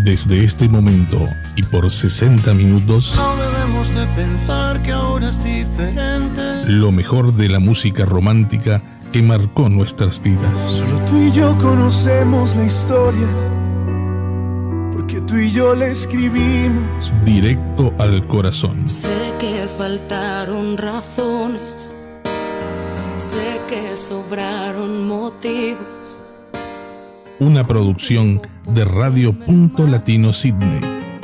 Desde este momento y por 60 minutos, no debemos de pensar que ahora es diferente. Lo mejor de la música romántica que marcó nuestras vidas. Solo tú y yo conocemos la historia, porque tú y yo la escribimos. Directo al corazón. Sé que faltaron razones, sé que sobraron motivos. Una producción de Radio Punto Latino Sydney.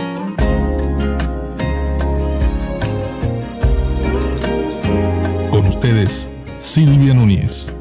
Con ustedes, Silvia Núñez.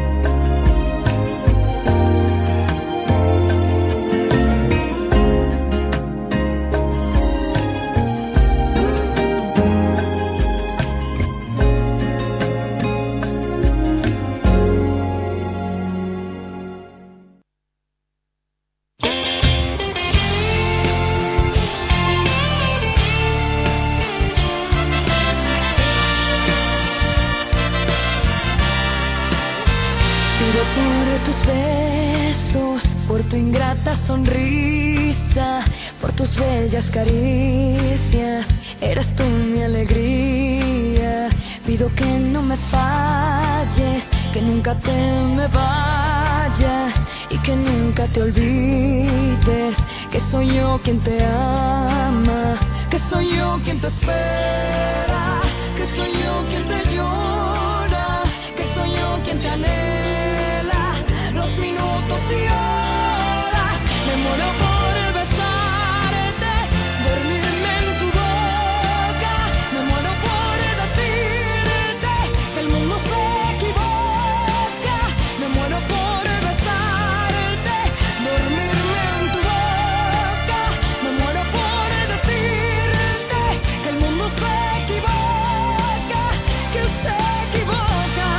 Sonrisa, por tus bellas caricias, eres tú mi alegría. Pido que no me falles, que nunca te me vayas y que nunca te olvides que soy yo quien te ama, que soy yo quien te espera, que soy yo quien te llora, que soy yo quien te anhela los minutos y horas. Me muero por besarte, dormirme en tu boca. Me muero por decirte que el mundo se equivoca. Me muero por besarte, dormirme en tu boca. Me muero por decirte que el mundo se equivoca, que se equivoca,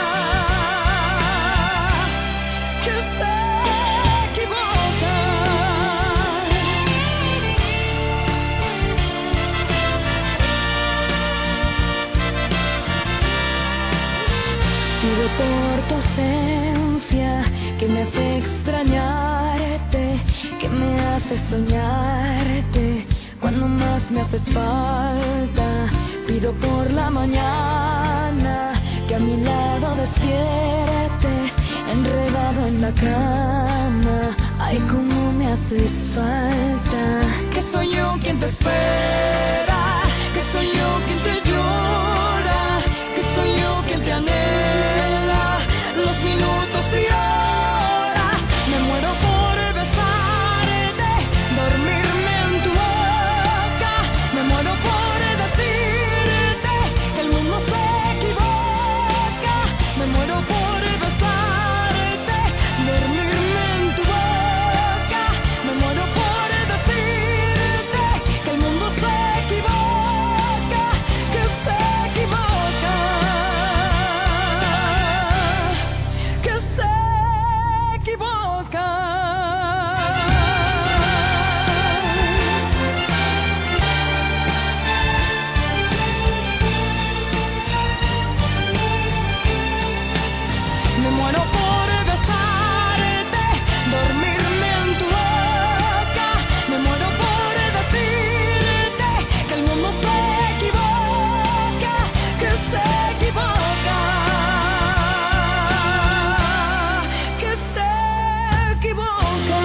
que se por tu ausencia, que me hace extrañarte, que me hace soñarte cuando más me haces falta. Pido por la mañana que a mi lado despiertes, enredado en la cama. Ay, cómo me haces falta. Que soy yo quien te espera, que soy yo quien te llora, que soy yo quien te anhela los minutos y horas. Me muero por besarte, dormirme en tu boca. Me muero por decirte que el mundo se equivoca. Me muero por besarte, dormirme en tu boca. Me muero por decirte que el mundo se equivoca, que se equivoca, que se equivoca. Me muero por besarte, dormirme en tu boca. Me muero por decirte que el mundo se equivoca, que se equivoca, que se equivoca.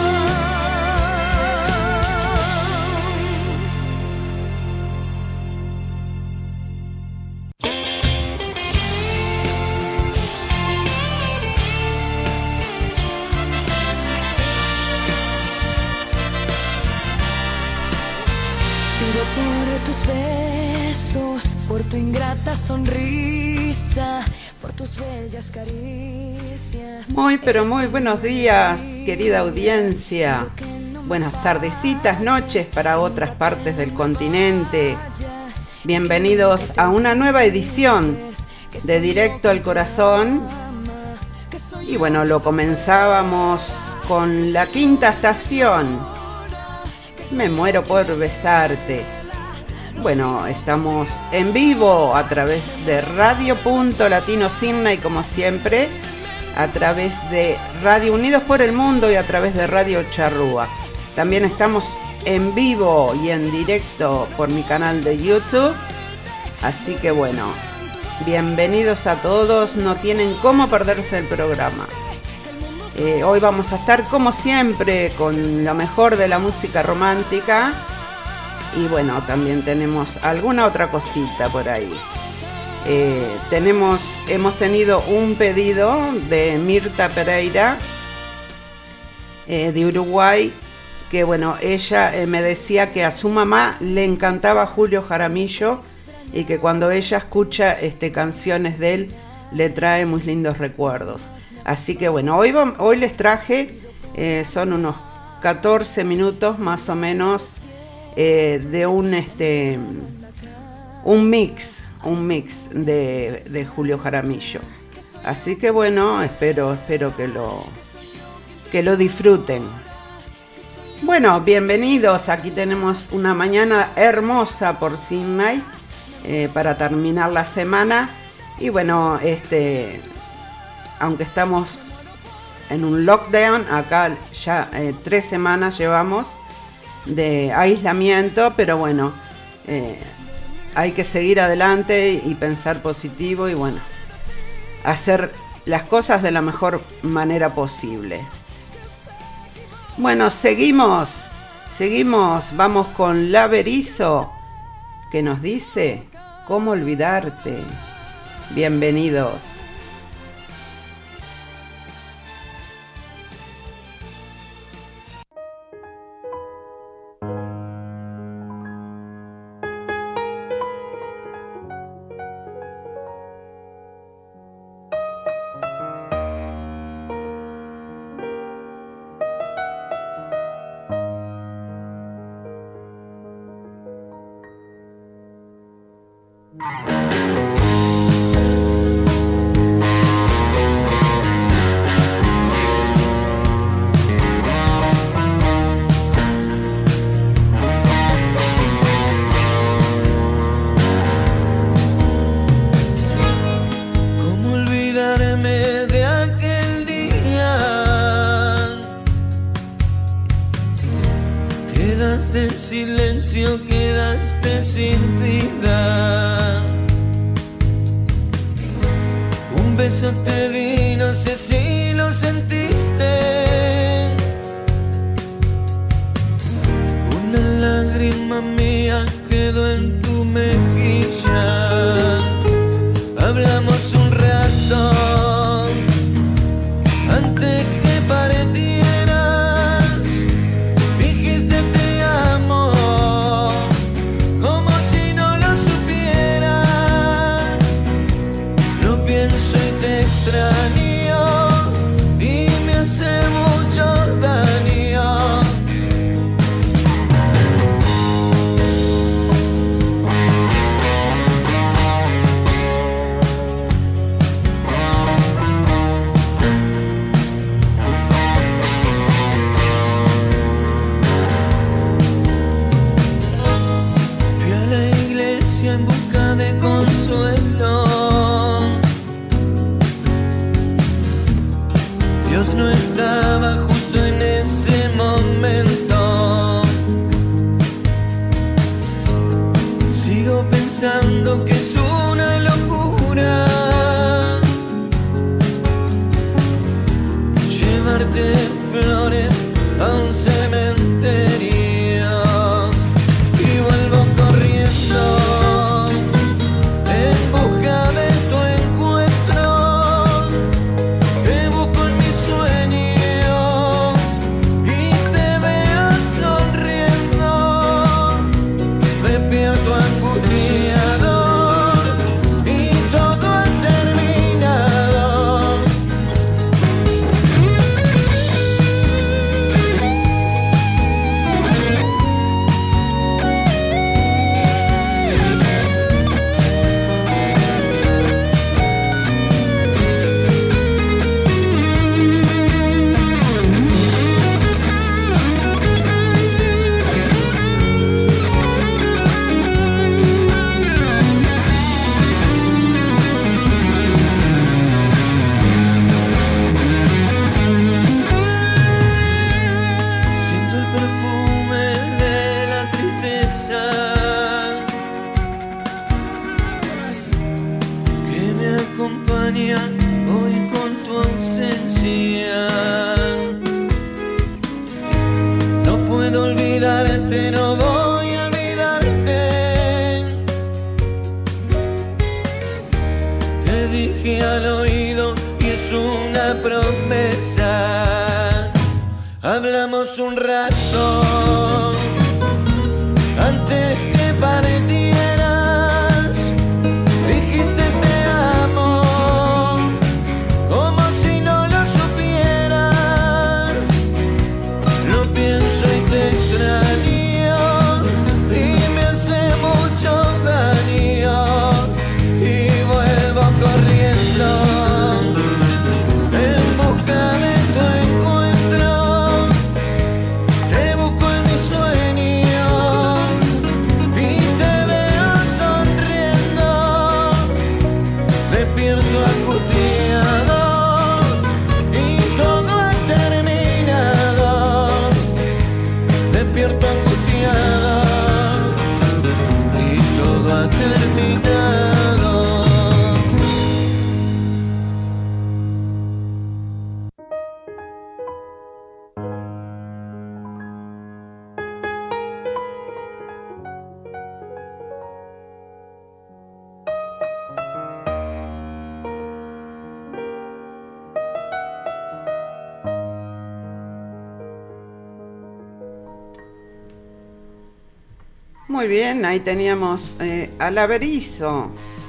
Pido por tus besos, por tu ingrata sonrisa, por tus bellas caricias. Muy, pero muy buenos días, querida audiencia. Buenas tardecitas, noches para otras partes del continente. Bienvenidos a una nueva edición de Directo al Corazón. Y bueno, lo comenzábamos con la quinta estación. Me muero por besarte. Bueno, estamos en vivo a través de Radio Punto Latino Sydney, como siempre, a través de Radio Unidos por el Mundo y a través de Radio Charrúa. También estamos en vivo y en directo por mi canal de YouTube. Así que bueno, bienvenidos a todos, no tienen cómo perderse el programa. Hoy vamos a estar como siempre con lo mejor de la música romántica. Y bueno, también tenemos alguna otra cosita por ahí. Hemos tenido un pedido de Mirta Pereira de Uruguay, que bueno, ella me decía que a su mamá le encantaba Julio Jaramillo y que cuando ella escucha canciones de él le trae muy lindos recuerdos. Así que bueno, hoy les traje, son unos 14 minutos más o menos de un mix de Julio Jaramillo. Así que bueno, espero que lo disfruten. Bueno, bienvenidos. Aquí tenemos una mañana hermosa por Sydney para terminar la semana. Y bueno, aunque estamos en un lockdown, acá ya 3 semanas llevamos de aislamiento, pero bueno, hay que seguir adelante y pensar positivo y bueno, hacer las cosas de la mejor manera posible. Bueno, seguimos, vamos con La Berizo, que nos dice ¿cómo olvidarte? Bienvenidos. Quedaste sin vida. Un beso te di, no sé si lo sentiste. Una lágrima mía quedó en tu mejilla. Hablamos un rato antes que partieras. Dijiste te amo. Extraño y me hace mucho daño. Fui a la iglesia en busca de consuelo. Dios no estaba justo en ese momento. Sigo pensando que es una locura llevarte flores a un cementerio. Y vuelvo corriendo en busca de tu encuentro. Te busco en mis sueños y te veo sonriendo. Despierto angustiado y todo ha terminado. Hablamos un rato antes que partieras. Dijiste te amo como si no lo supieras. Lo pienso y te extraño y me hace mucho daño y vuelvo corriendo en busca de tu encuentro. Te busco en mis sueños y te veo sonriendo. Despierto angustiado y todo ha terminado. Despierto angustiado y todo ha terminado. Muy bien, ahí teníamos a La Berizo,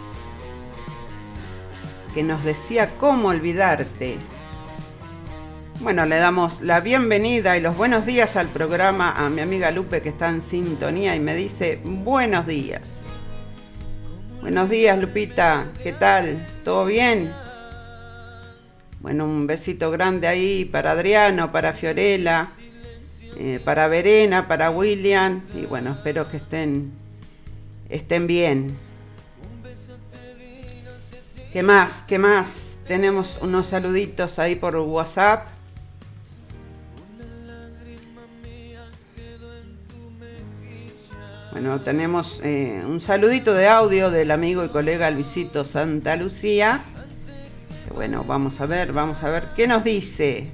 que nos decía cómo olvidarte. Bueno, le damos la bienvenida y los buenos días al programa a mi amiga Lupe, que está en sintonía y me dice buenos días. Buenos días, Lupita, ¿qué tal? ¿Todo bien? Bueno, un besito grande ahí para Adriano, para Fiorella, para Verena, para William, y bueno, espero que estén bien. ¿Qué más? ¿Qué más? Tenemos unos saluditos ahí por WhatsApp. Bueno, tenemos un saludito de audio del amigo y colega Luisito Santa Lucía. Que bueno, vamos a ver qué nos dice.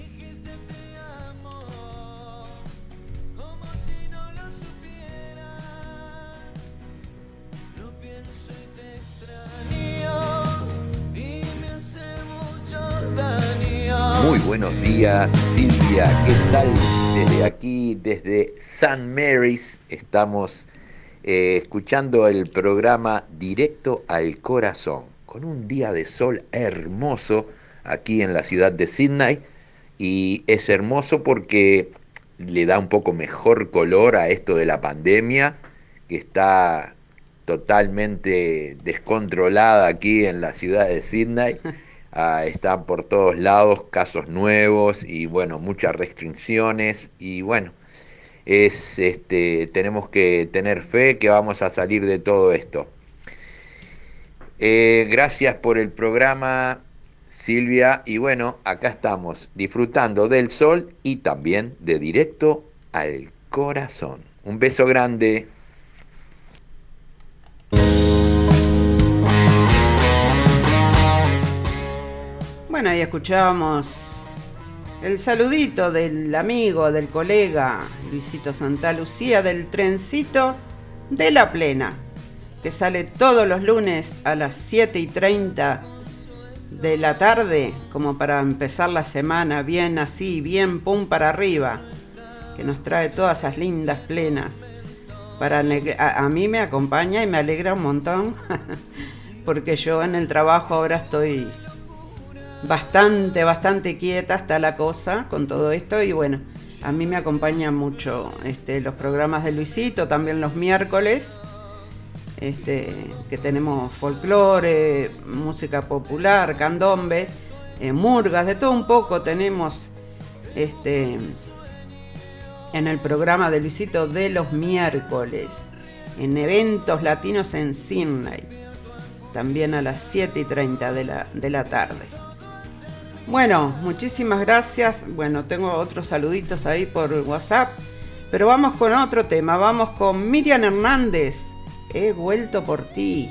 Muy buenos días, Silvia, ¿qué tal? Desde aquí, desde St. Mary's, estamos escuchando el programa Directo al Corazón, con un día de sol hermoso aquí en la ciudad de Sydney, y es hermoso porque le da un poco mejor color a esto de la pandemia, que está totalmente descontrolada aquí en la ciudad de Sydney. Están por todos lados casos nuevos y bueno, muchas restricciones y bueno, tenemos que tener fe que vamos a salir de todo esto. Gracias por el programa, Silvia, y bueno, acá estamos disfrutando del sol y también de Directo al Corazón. Un beso grande. Bueno, ahí escuchábamos el saludito del amigo, del colega Luisito Santa Lucía, del trencito de La Plena, que sale todos los lunes a las 7:30 de la tarde, como para empezar la semana bien así, bien pum para arriba, que nos trae todas esas lindas plenas. A mí me acompaña y me alegra un montón, porque yo en el trabajo ahora estoy bastante quieta está la cosa con todo esto, y bueno, a mí me acompañan mucho los programas de Luisito, también los miércoles, que tenemos folclore, música popular, candombe, murgas, de todo un poco tenemos en el programa de Luisito de los miércoles, en eventos latinos en Sydney, también a las 7:30 de la tarde. Bueno, muchísimas gracias. Bueno, tengo otros saluditos ahí por WhatsApp, pero vamos con otro tema. Vamos con Miriam Hernández. He vuelto por ti.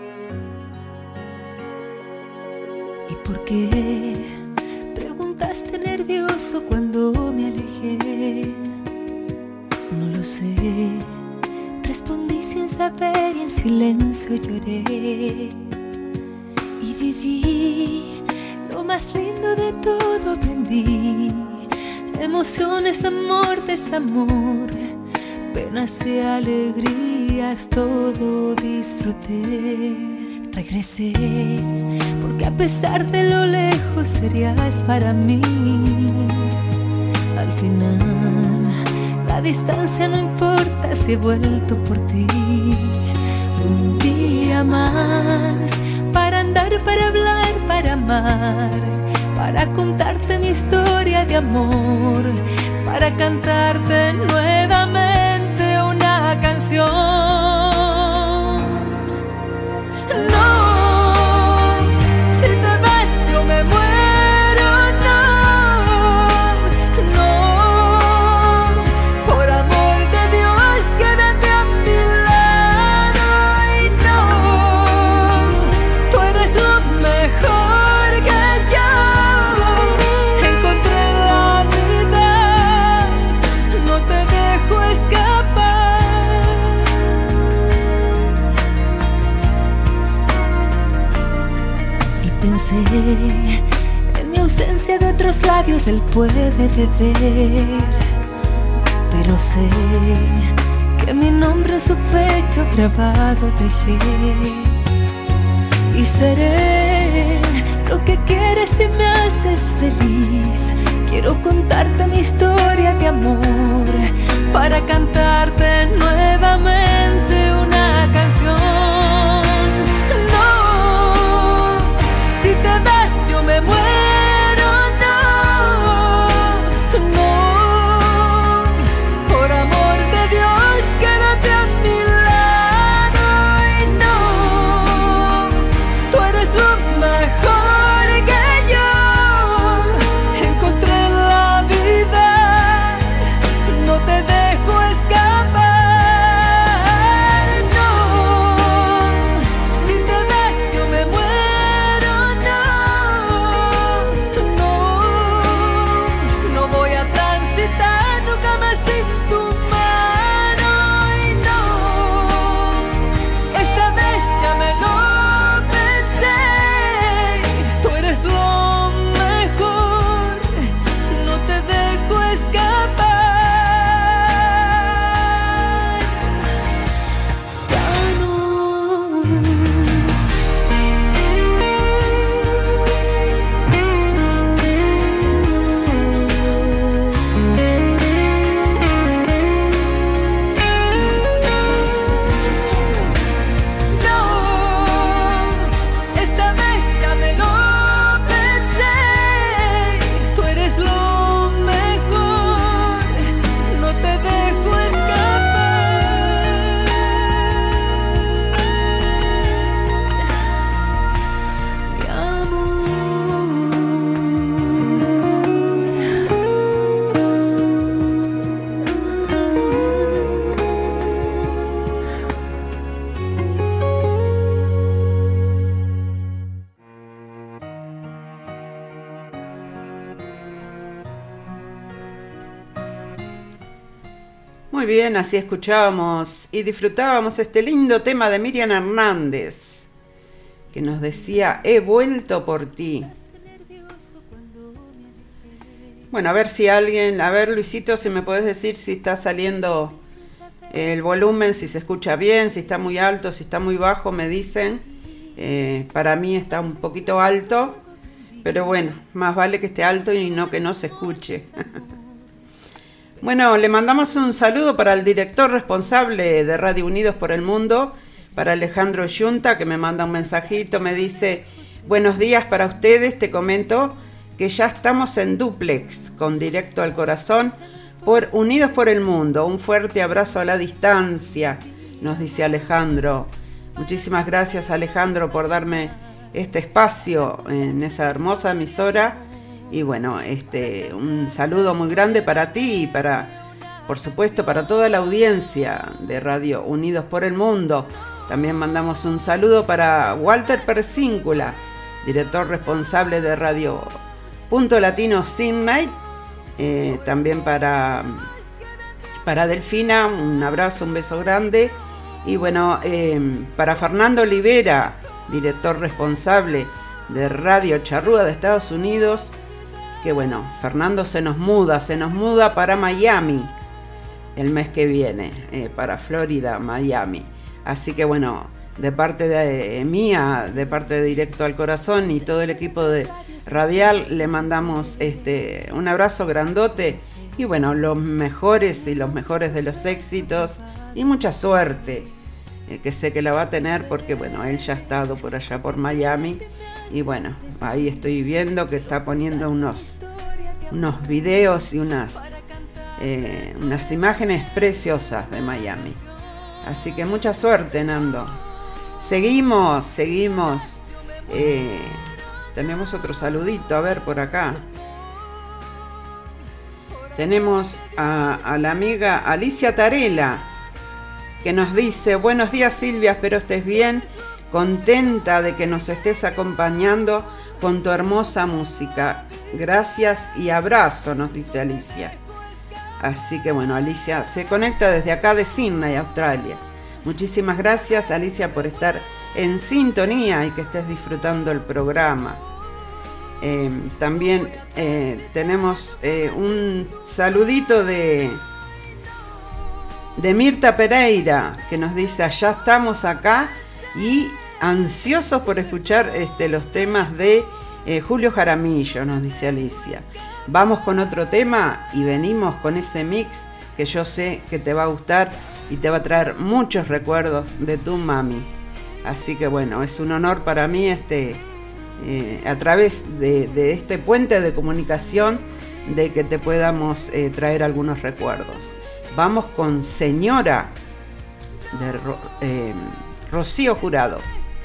¿Y por qué preguntaste miraste nervioso cuando me alejé. No lo sé, respondí sin saber y en silencio lloré. Y viví lo más lindo de todo, aprendí emociones, amor, desamor, penas y alegrías, todo disfruté. Regresé, porque a pesar de lo lejos serías para mí. Al final, la distancia no importa si he vuelto por ti. Un día más, para andar, para hablar, para amar, para contarte mi historia de amor, para cantarte nuevamente una canción. No, si te vas yo me muero, no, no, por amor de Dios quédate a mi lado. Y no, tú eres lo mejor que yo encontré en la vida, no te dejo escapar. Y pensé en mi ausencia de otros labios, él puede beber, pero sé que mi nombre en su pecho grabado dejé. Y seré lo que quieres si me haces feliz. Quiero contarte mi historia de amor, para cantarte nuevamente una canción. No, si te vas yo me muero, no, no, por amor de Dios quédate a mi lado. Y no, tú eres lo mejor que yo encontré en la vida, no te dejo escapar. No, si te vas yo me muero, no, no, no voy a transitar nunca más sin tu mano. Y no, esta vez ya me lo pensé, tú eres lo mejor, no te dejo escapar. Ya no. No, esta vez ya me lo pensé, tú eres lo mejor, no te dejo escapar. Mi Muy bien, así escuchábamos y disfrutábamos este lindo tema de Miriam Hernández, que nos decía, he vuelto por ti. Bueno, a ver si alguien, a ver Luisito, si me podés decir si está saliendo el volumen, si se escucha bien, si está muy alto, si está muy bajo, me dicen. Para mí está un poquito alto, pero bueno, más vale que esté alto y no que no se escuche. Bueno, le mandamos un saludo para el director responsable de Radio Unidos por el Mundo, para Alejandro Yunta, que me manda un mensajito, me dice, buenos días para ustedes, te comento que ya estamos en dúplex, con Directo al Corazón, por Unidos por el Mundo. Un fuerte abrazo a la distancia, nos dice Alejandro. Muchísimas gracias, Alejandro, por darme este espacio en esa hermosa emisora. Y bueno, un saludo muy grande para ti y para, por supuesto, para toda la audiencia de Radio Unidos por el Mundo. También mandamos un saludo para Walter Persíncula, director responsable de Radio Punto Latino Sydney, también para Delfina, un abrazo, un beso grande. Y bueno, para Fernando Olivera, director responsable de Radio Charrúa de Estados Unidos, que bueno, Fernando se nos muda para Miami el mes que viene, para Florida, Miami. Así que bueno, de parte de mía, de parte de Directo al Corazón y todo el equipo de Radial, le mandamos un abrazo grandote y bueno, los mejores de los éxitos y mucha suerte, que sé que la va a tener porque bueno, él ya ha estado por allá por Miami y bueno, ahí estoy viendo que está poniendo unos videos y unas imágenes preciosas de Miami. Así que mucha suerte, Nando. Seguimos. Tenemos otro saludito, a ver, por acá. Tenemos a la amiga Alicia Tarela, que nos dice: buenos días, Silvia, espero estés bien, contenta de que nos estés acompañando con tu hermosa música. Gracias y abrazo, nos dice Alicia. Así que bueno, Alicia se conecta desde acá de Sydney, Australia. Muchísimas gracias, Alicia, por estar en sintonía y que estés disfrutando el programa. También tenemos un saludito de Mirta Pereira, que nos dice: allá estamos acá y ansiosos por escuchar los temas de Julio Jaramillo, nos dice Alicia. Vamos con otro tema y venimos con ese mix que yo sé que te va a gustar y te va a traer muchos recuerdos de tu mami. Así que bueno, es un honor para mí a través de este puente de comunicación, de que te podamos traer algunos recuerdos. Vamos con Señora de Rocío Jurado.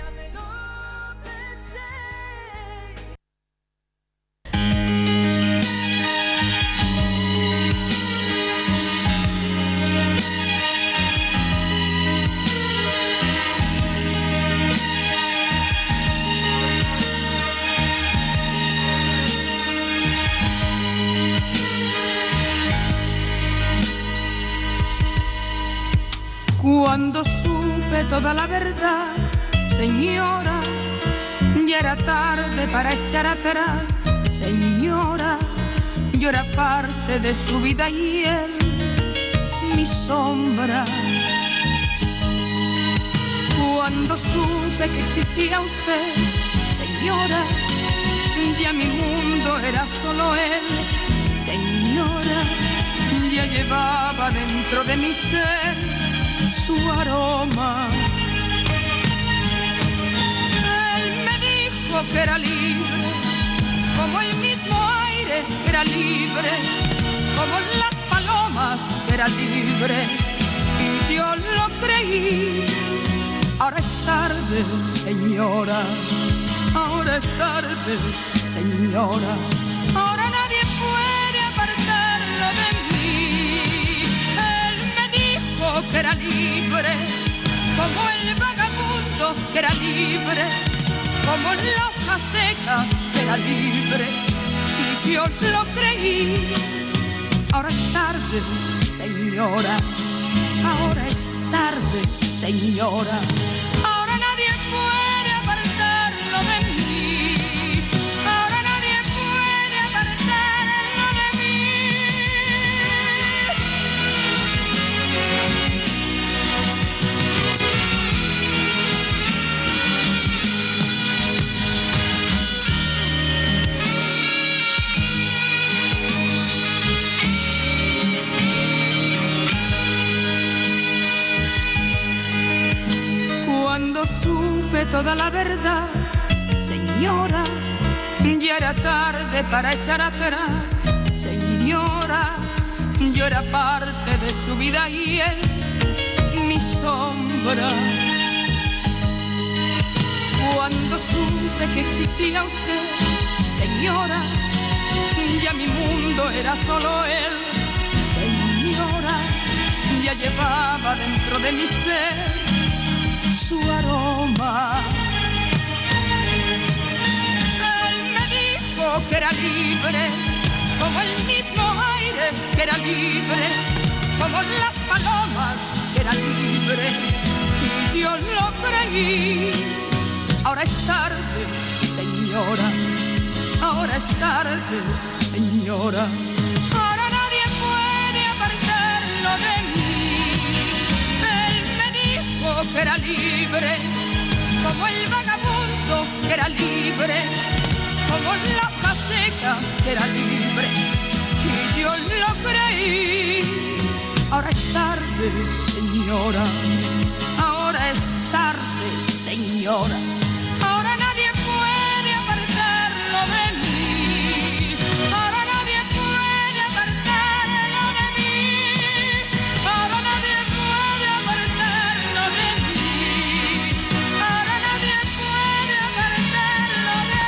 Cuando supe toda la verdad, señora, ya era tarde para echar atrás. Señora, yo era parte de su vida y él, mi sombra. Cuando supe que existía usted, señora, ya mi mundo era solo él. Señora, ya llevaba dentro de mi ser su aroma. Él me dijo que era libre, como el mismo aire que era libre, como las palomas que era libre, y yo lo creí. Ahora es tarde, señora, ahora es tarde, señora, ahora nadie puede apartarlo de mí. Él me dijo que era libre, como el vagabundo que era libre, como la hoja seca que era libre, y yo lo creí. Ahora es tarde, señora, ahora es tarde, señora, ahora nadie puede apartarlo de mí, ahora nadie puede apartarlo de mí. Cuando supe toda la verdad, señora, ya era tarde para echar atrás. Señora, yo era parte de su vida y él, mi sombra. Cuando supe que existía usted, señora, ya mi mundo era solo él. Señora, ya llevaba dentro de mi ser su aroma. Él me dijo dijo que era libre, como el mismo aire que era libre, como las palomas que era libre, y yo lo creí. Ahora es tarde, señora, ahora es tarde, señora. Ahora nadie puede apartarlo de mí. Él me dijo que era libre, como el vagabundo que era libre, como la hoja seca que era libre, y yo lo creí. Ahora es tarde, señora, ahora es tarde, señora. Ahora nadie puede apartarlo de mí. Ahora nadie puede apartarlo de mí. Ahora nadie puede apartarlo de mí. Ahora nadie puede apartarlo de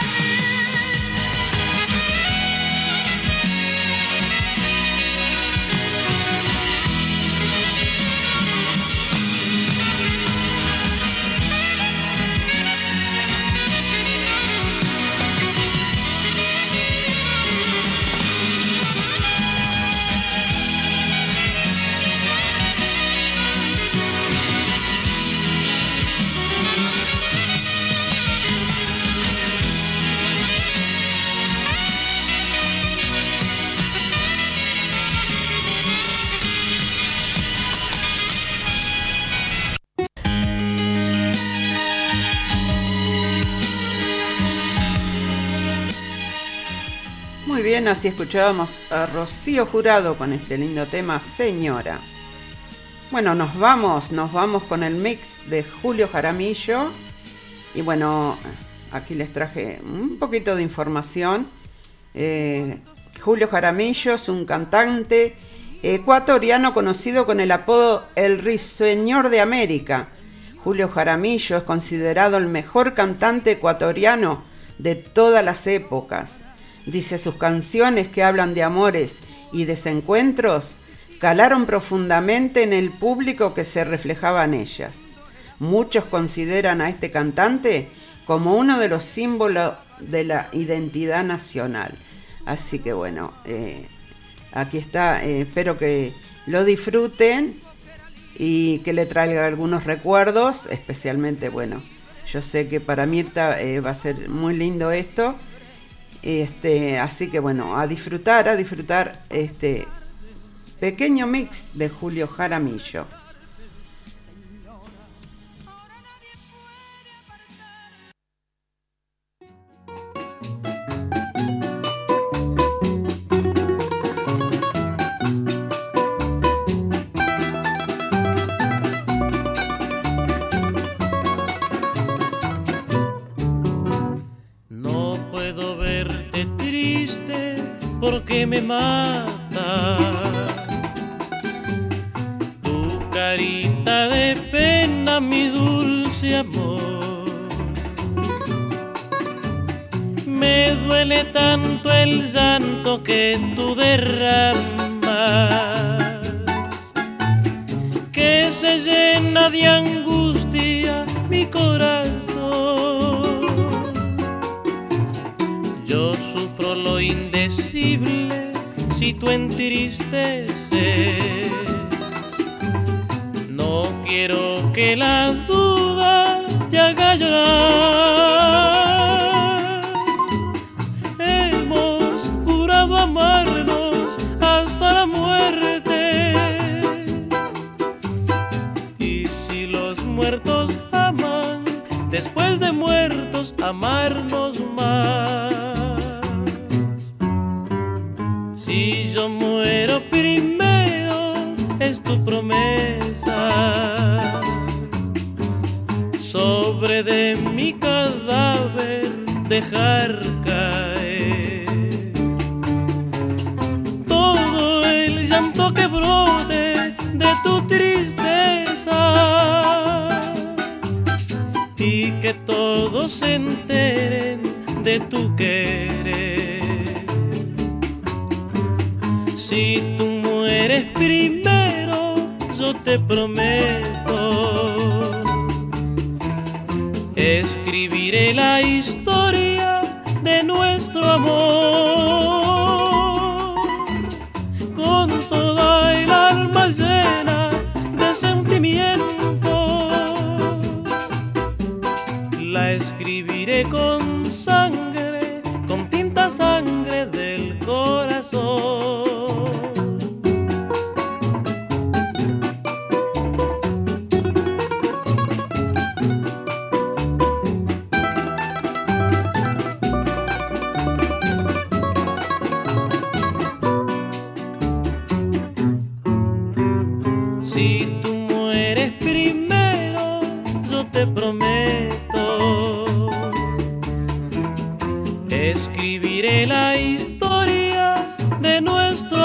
Muy bien, así escuchábamos a Rocío Jurado con este lindo tema, Señora. Bueno, nos vamos con el mix de Julio Jaramillo. Y bueno, aquí les traje un poquito de información. Julio Jaramillo es un cantante ecuatoriano conocido con el apodo El Risueñor de América. Julio Jaramillo es considerado el mejor cantante ecuatoriano de todas las épocas. Dice, sus canciones que hablan de amores y desencuentros calaron profundamente en el público que se reflejaba en ellas. Muchos consideran a este cantante como uno de los símbolos de la identidad nacional. Así que bueno, aquí está, espero que lo disfruten y que le traiga algunos recuerdos, especialmente, bueno, yo sé que para Mirta va a ser muy lindo esto. Así que bueno, a disfrutar este pequeño mix de Julio Jaramillo. Porque me mata tu carita de pena, mi dulce amor. Me duele tanto el llanto que tú derramas, que se llena de angustia mi corazón. Yo sufro lo indecible si tú entristeces. No quiero que la duda te haga llorar. Hemos jurado amarnos hasta la muerte, y si los muertos aman, después de muertos amarnos más. Si yo muero primero, es tu promesa, sobre de mi cadáver dejar caer todo el llanto que brote de tu tristeza, y que todos se enteren de tu querer. Si tú mueres primero, yo te prometo, escribiré la historia de nuestro amor, con toda el alma llena de sentimiento. La escribiré con sangre, con tinta sangre del corazón. Si tú mueres primero, yo te prometo, escribiré la historia de nuestro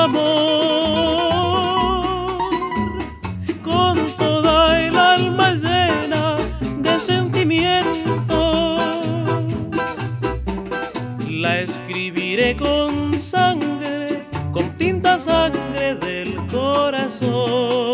amor, con toda el alma llena de sentimiento. La escribiré con sangre, con tinta sangre del corazón.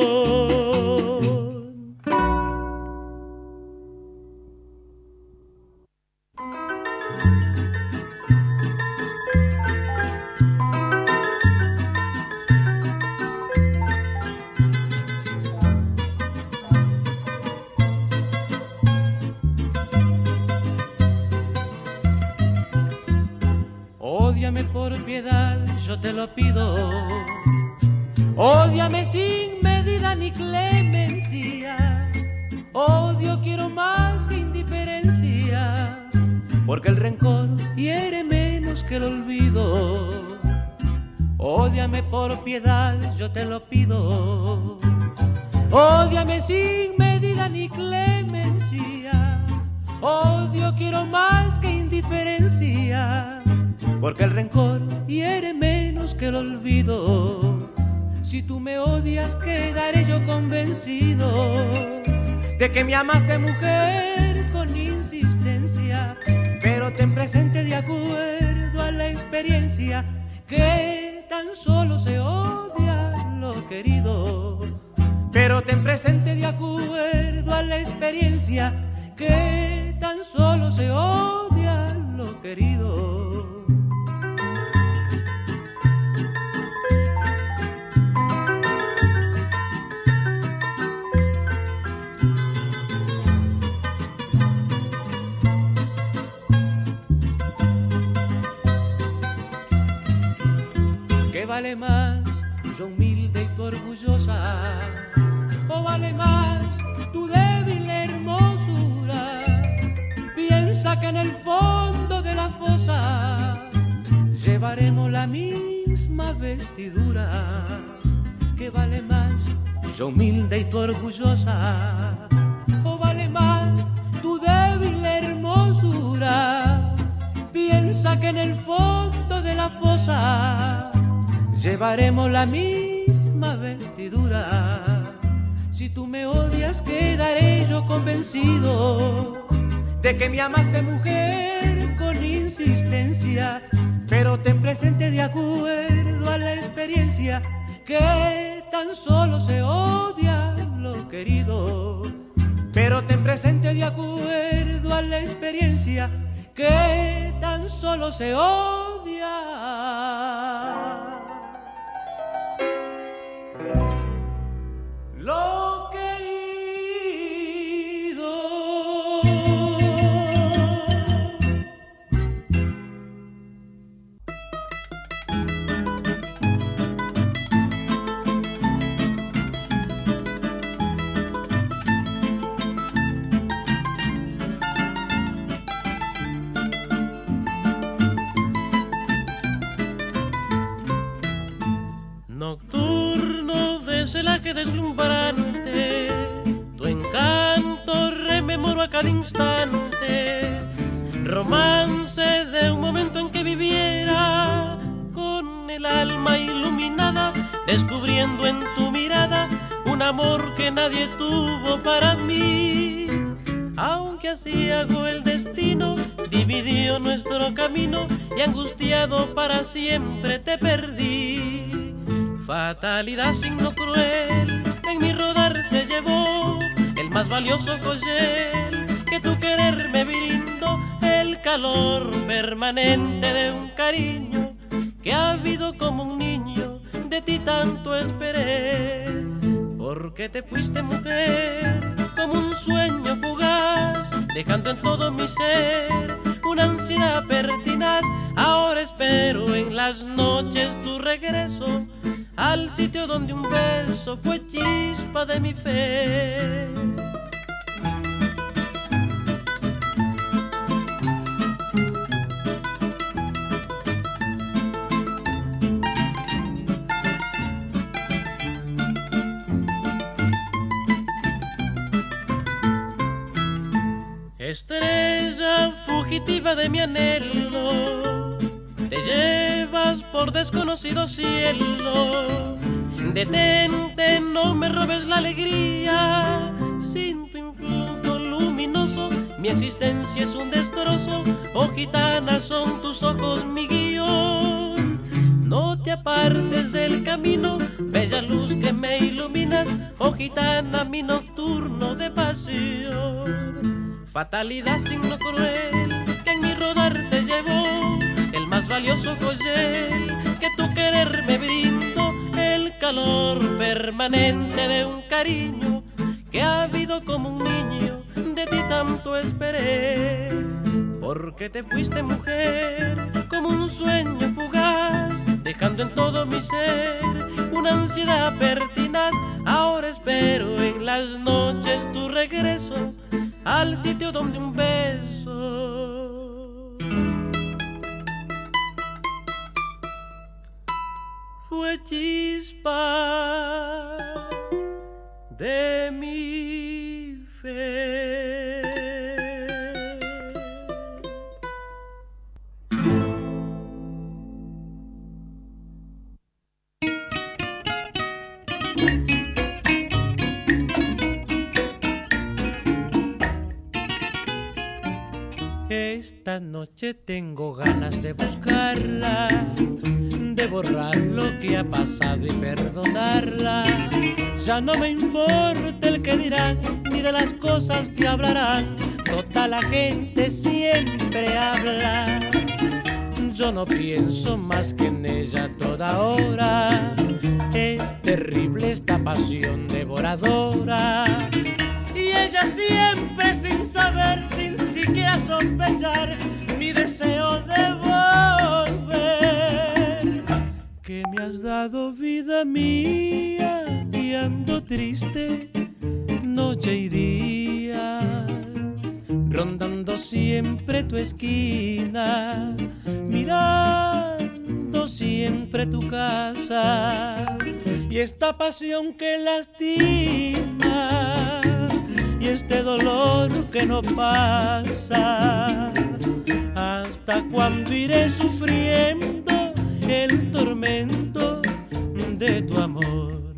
Ódiame por piedad, yo te lo pido. Ódiame sin medida ni clemencia. Odio quiero más que indiferencia, porque el rencor hiere menos que el olvido. Ódiame por piedad, yo te lo pido. Ódiame sin medida ni clemencia. Odio quiero más que indiferencia, porque el rencor hiere menos que el olvido. Si tú me odias, quedaré yo convencido de que me amaste, mujer, con insistencia. Pero ten presente, de acuerdo a la experiencia, que tan solo se odia lo querido. Pero ten presente, de acuerdo a la experiencia, que tan solo se odia lo querido. ¿Qué vale más, yo humilde y tú orgullosa? ¿O vale más tu débil hermosura? Piensa que en el fondo de la fosa llevaremos la misma vestidura. ¿Qué vale más, yo humilde y tú orgullosa? ¿O vale más tu débil hermosura? Piensa que en el fondo de la fosa llevaremos la misma vestidura. Si tú me odias, quedaré yo convencido de que me amaste, mujer, con insistencia. Pero ten presente, de acuerdo a la experiencia, que tan solo se odia lo querido. Pero ten presente, de acuerdo a la experiencia, que tan solo se odia lo querido. Nocturno de celaje deslumbrante, tu encanto rememoro a cada instante. Romance de un momento en que viviera con el alma iluminada, descubriendo en tu mirada un amor que nadie tuvo para mí. Aunque así hago el destino, dividió nuestro camino y angustiado para siempre te perdí. Fatalidad, signo cruel, en mi rodar se llevó el más valioso joyel que tu querer me brindó. el calor permanente de un cariño que ha habido como un niño, de ti tanto esperé. Porque te fuiste, mujer, como un sueño fugaz, dejando en todo mi ser una ansiedad pertinaz. Ahora espero en las noches tu regreso al sitio donde un beso fue chispa de mi fe. Estrella fugitiva de mi anhelo, te llevas por desconocido cielo. Detente, no me robes la alegría, sin tu influjo luminoso mi existencia es un destrozo. Oh gitana, son tus ojos mi guión, no te apartes del camino, bella luz que me iluminas. Oh gitana, mi nocturno de pasión. Fatalidad, signo cruel, que en mi rodar se llevó el más valioso joyel que tu querer me brindó, el calor permanente de un cariño que ha habido como un niño, de ti tanto esperé. Porque te fuiste, mujer, como un sueño fugaz, dejando en todo mi ser una ansiedad pertinaz. Ahora espero en las noches tu regreso al sitio donde un beso fue chispa de mi fe. Esta noche tengo ganas de buscarla, de borrar lo que ha pasado y perdonarla. Ya no me importa el que dirán, ni de las cosas que hablarán. Total, la gente siempre habla. Yo no pienso más que en ella toda hora. Es terrible esta pasión devoradora. Y ella siempre sin saber, sin siquiera sospechar, mi deseo de volver. Que me has dado vida mía y ando triste noche y día, rondando siempre tu esquina, mirando siempre tu casa. Y esta pasión que lastima y este dolor que no pasa, ¿hasta cuándo iré sufriendo el tormento de tu amor?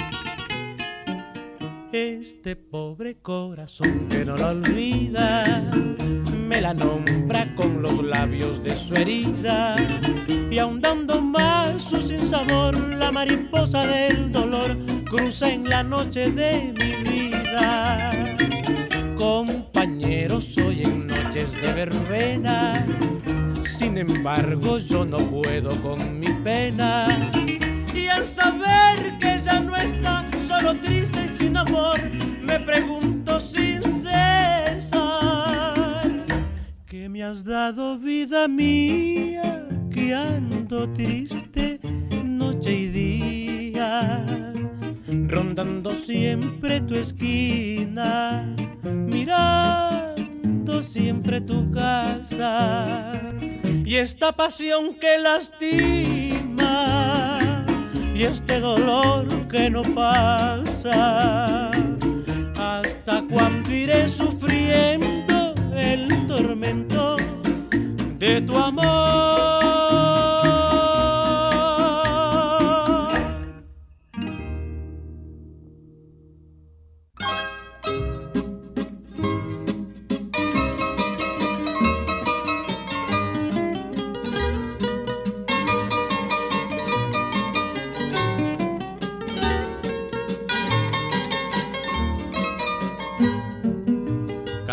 Este pobre corazón que no lo olvida, me la nombra con los labios de su herida, y ahondando más su sinsabor, la mariposa del dolor cruza en la noche de mi vida. Compañeros, hoy en noches de verbena, sin embargo yo no puedo con mi pena. Y al saber que ya no está, solo triste y sin amor, me pregunto sin cesar: ¿qué me has dado, vida mía, que ando triste noche y día, rondando siempre tu esquina, mirando siempre tu casa? Y esta pasión que lastima y este dolor que no pasa, ¿hasta cuándo iré sufriendo el tormento de tu amor?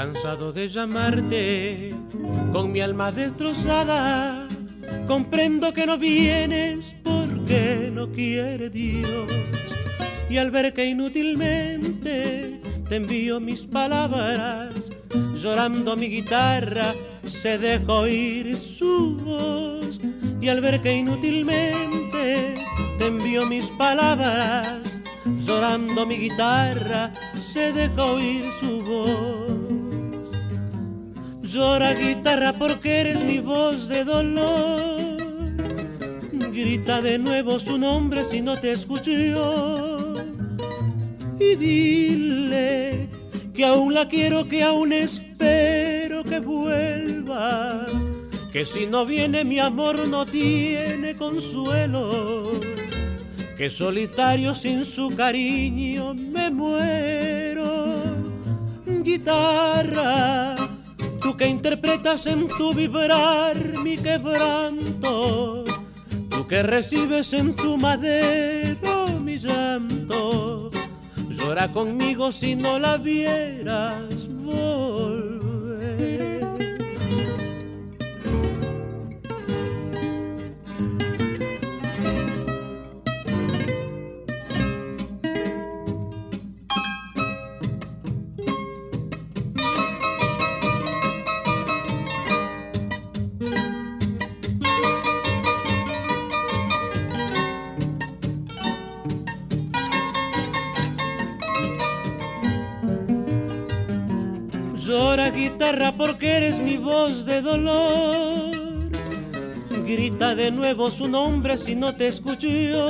Cansado de llamarte, con mi alma destrozada, comprendo que no vienes porque no quiere Dios. Y al ver que inútilmente te envío mis palabras, llorando mi guitarra se deja oír su voz. Y al ver que inútilmente te envío mis palabras, llorando mi guitarra se deja oír su voz. Llora guitarra porque eres mi voz de dolor. Grita de nuevo su nombre si no te escuchó. Y dile que aún la quiero, que aún espero que vuelva. Que si no viene mi amor no tiene consuelo. Que solitario sin su cariño me muero. Guitarra, tú que interpretas en tu vibrar mi quebranto, tú que recibes en tu madero mi llanto, llora conmigo si no la vieras volver. Llora guitarra porque eres mi voz de dolor. Grita de nuevo su nombre si no te escuchó.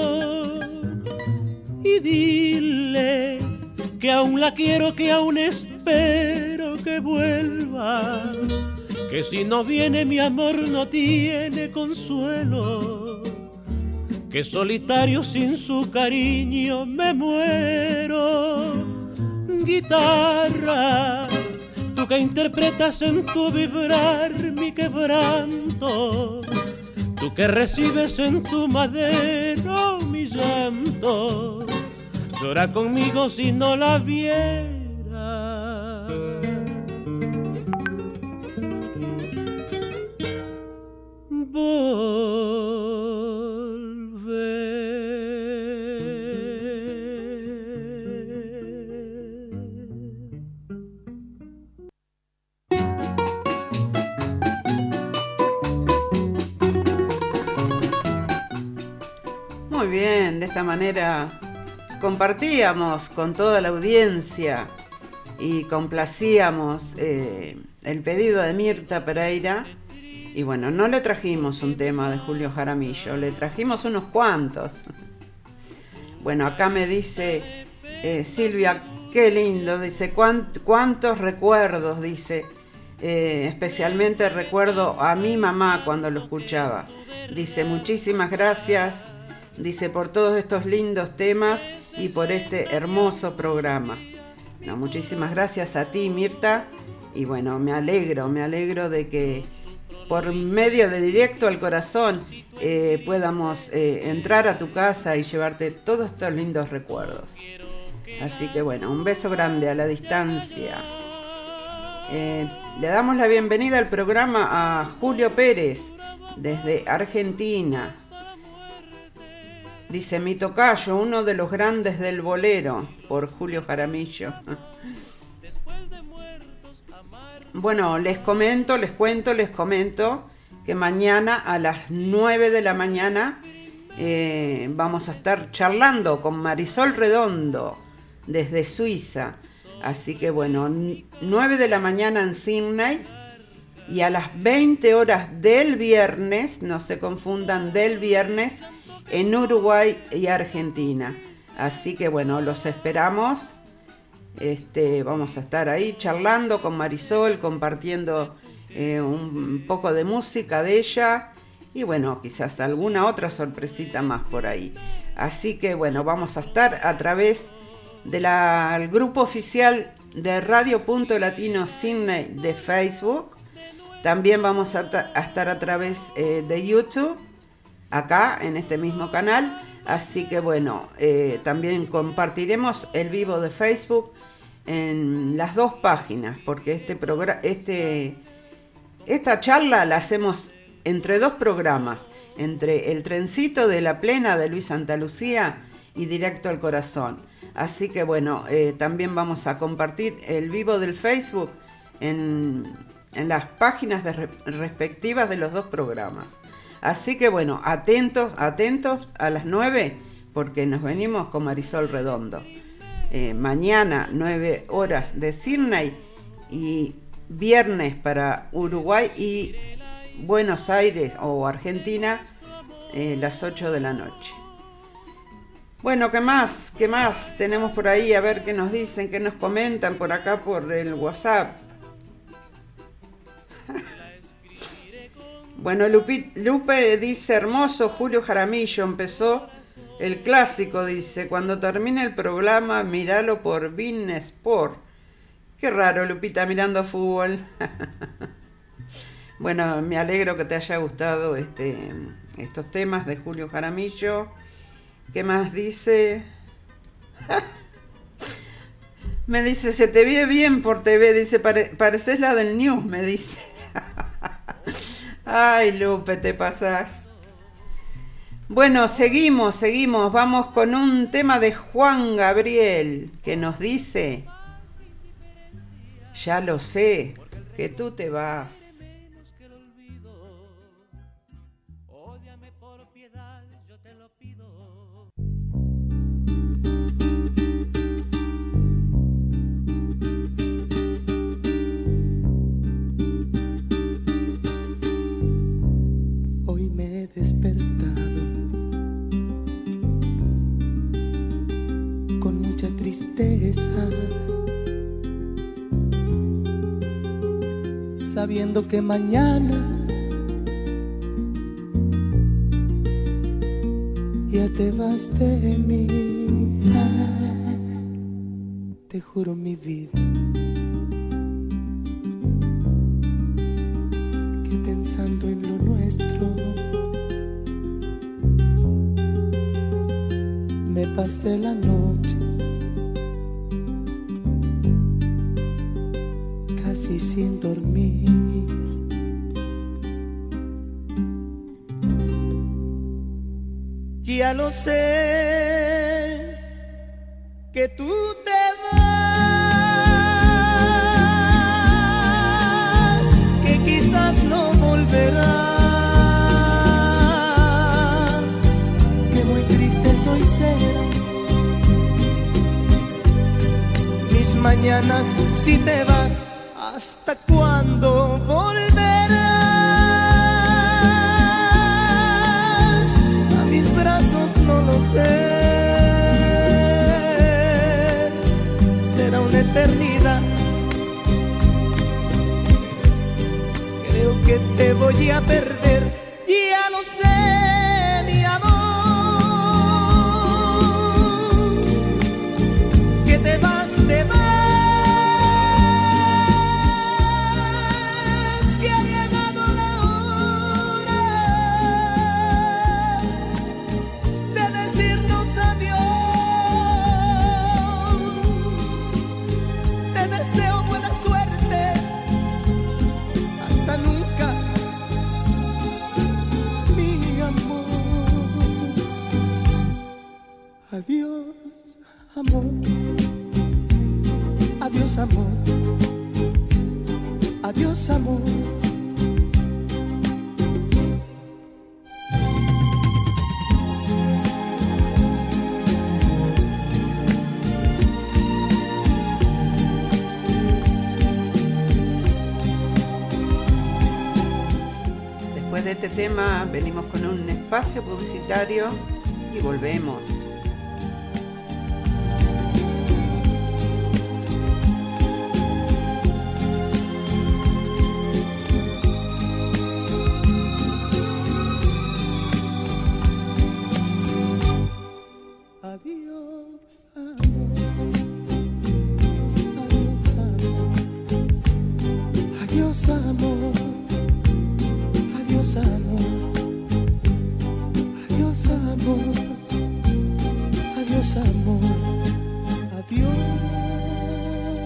Y dile que aún la quiero, que aún espero que vuelva. Que si no viene mi amor no tiene consuelo. Que solitario sin su cariño me muero. Guitarra, tú que interpretas en tu vibrar mi quebranto, tú que recibes en tu madero mi llanto, llora conmigo si no la vieras volver. Muy bien, de esta manera compartíamos con toda la audiencia y complacíamos el pedido de Mirta Pereira. Y bueno, no le trajimos un tema de Julio Jaramillo, le trajimos unos cuantos. Bueno, acá me dice Silvia, qué lindo, dice, cuántos recuerdos, dice, especialmente recuerdo a mi mamá cuando lo escuchaba. Dice, muchísimas gracias, dice, por todos estos lindos temas y por este hermoso programa. No, muchísimas gracias a ti, Mirta, y bueno, me alegro de que por medio de Directo al Corazón podamos entrar a tu casa y llevarte todos estos lindos recuerdos. Así que bueno, un beso grande a la distancia. Le damos la bienvenida al programa a Julio Pérez desde Argentina. Dice, mi tocayo, uno de los grandes del bolero, por Julio Jaramillo. Bueno, les comento que mañana a las 9 de la mañana vamos a estar charlando con Marisol Redondo desde Suiza. Así que bueno, 9 de la mañana en Sydney y a las 20 horas del viernes, no se confundan, del viernes en Uruguay y Argentina. Así que bueno, los esperamos. Vamos a estar ahí charlando con Marisol, compartiendo un poco de música de ella y bueno, quizás alguna otra sorpresita más por ahí. Así que bueno, vamos a estar a través del grupo oficial de Radio Punto Latino Sydney de Facebook. También vamos a estar a través de YouTube, acá en este mismo canal. Así que bueno, también compartiremos el vivo de Facebook en las dos páginas, porque esta charla la hacemos entre dos programas, entre El Trencito de la Plena de Luis Santa Lucía y Directo al Corazón. Así que bueno, también vamos a compartir el vivo del Facebook en las páginas respectivas de los dos programas. Así que bueno, atentos a las 9, porque nos venimos con Marisol Redondo. Mañana 9 horas de Sydney y viernes para Uruguay y Buenos Aires o Argentina las 8 de la noche. Bueno, ¿qué más tenemos por ahí? A ver qué nos dicen, qué nos comentan por acá por el WhatsApp. Bueno, Lupe dice, hermoso Julio Jaramillo, empezó el clásico, dice, cuando termine el programa, míralo por Bein Sport. Qué raro, Lupita, mirando fútbol. Bueno, me alegro que te haya gustado estos temas de Julio Jaramillo. ¿Qué más dice? Me dice, se te ve bien por TV, dice, pareces la del News, me dice. Ay, Lupe, te pasás. Bueno, seguimos, vamos con un tema de Juan Gabriel, que nos dice, ya lo sé, que tú te vas. Hoy me he despertado con mucha tristeza, sabiendo que mañana ya te vas de mí. Te juro mi vida que pensando en lo nuestro me pasé la noche casi sin dormir. Ya lo sé, que tú te vas, que quizás no volverás, que muy triste soy será mis mañanas si te vas. ¿Hasta cuándo volverás a mis brazos? No lo sé, será una eternidad. Creo que te voy a perder, ya lo sé, mi amor, que te vas, te vas. Adiós, amor. Adiós, amor. Adiós, amor. Después de este tema venimos con un espacio publicitario y volvemos. Adiós, amor. Adiós.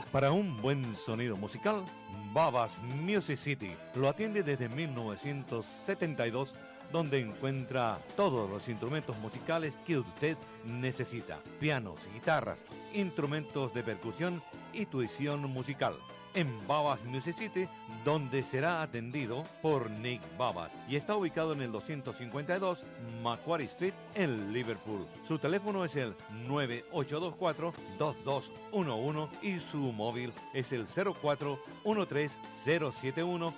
Para un buen sonido musical, Babas Music City lo atiende desde 1972, donde encuentra todos los instrumentos musicales que usted necesita: pianos, guitarras, instrumentos de percusión y tuición musical. En Babas Music City, donde será atendido por Nick Babas, y está ubicado en el 252 Macquarie Street en Liverpool. Su teléfono es el 9824-2211 y su móvil es el 0413-071.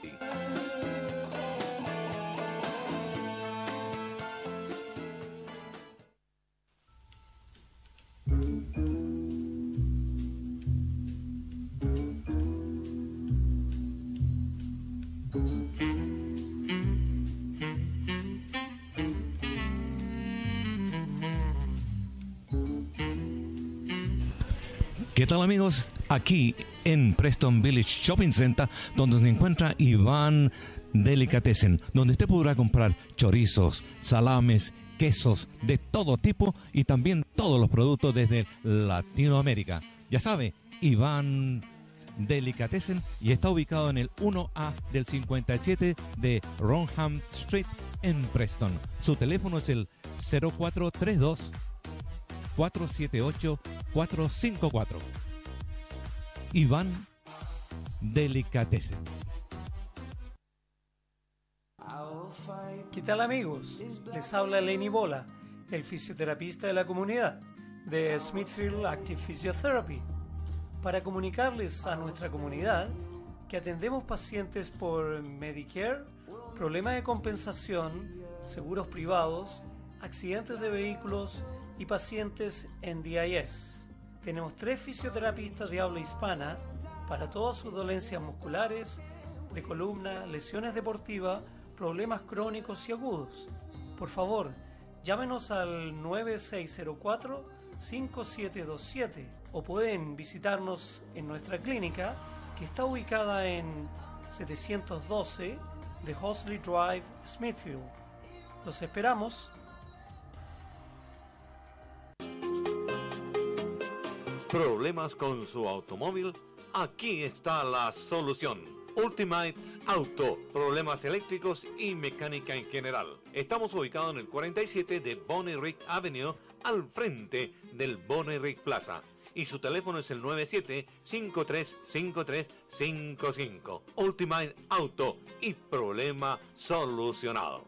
¿Qué tal, amigos? Aquí en Preston Village Shopping Center, donde se encuentra Iván Delicatessen, donde usted podrá comprar chorizos, salames, quesos de todo tipo y también todos los productos desde Latinoamérica. Ya sabe, Iván Delicatessen, y está ubicado en el 1A del 57 de Ronham Street en Preston. Su teléfono es el 0432 478-454. Iván Delicatessen. ¿Qué tal, amigos? Les habla Lenny Bola, el fisioterapista de la comunidad de Smithfield Active Physiotherapy, para comunicarles a nuestra comunidad que atendemos pacientes por Medicare, problemas de compensación, seguros privados, accidentes de vehículos y pacientes en DIS. Tenemos 3 fisioterapistas de habla hispana para todas sus dolencias musculares, de columna, lesiones deportivas, problemas crónicos y agudos. Por favor, llámenos al 9604-5727 o pueden visitarnos en nuestra clínica, que está ubicada en 712 de Hosley Drive, Smithfield. Los esperamos. ¿Problemas con su automóvil? Aquí está la solución. Ultimate Auto, problemas eléctricos y mecánica en general. Estamos ubicados en el 47 de Bonnie Raitt Avenue, al frente del Bonnie Raitt Plaza. Y su teléfono es el 97-535355. Ultimate Auto y problema solucionado.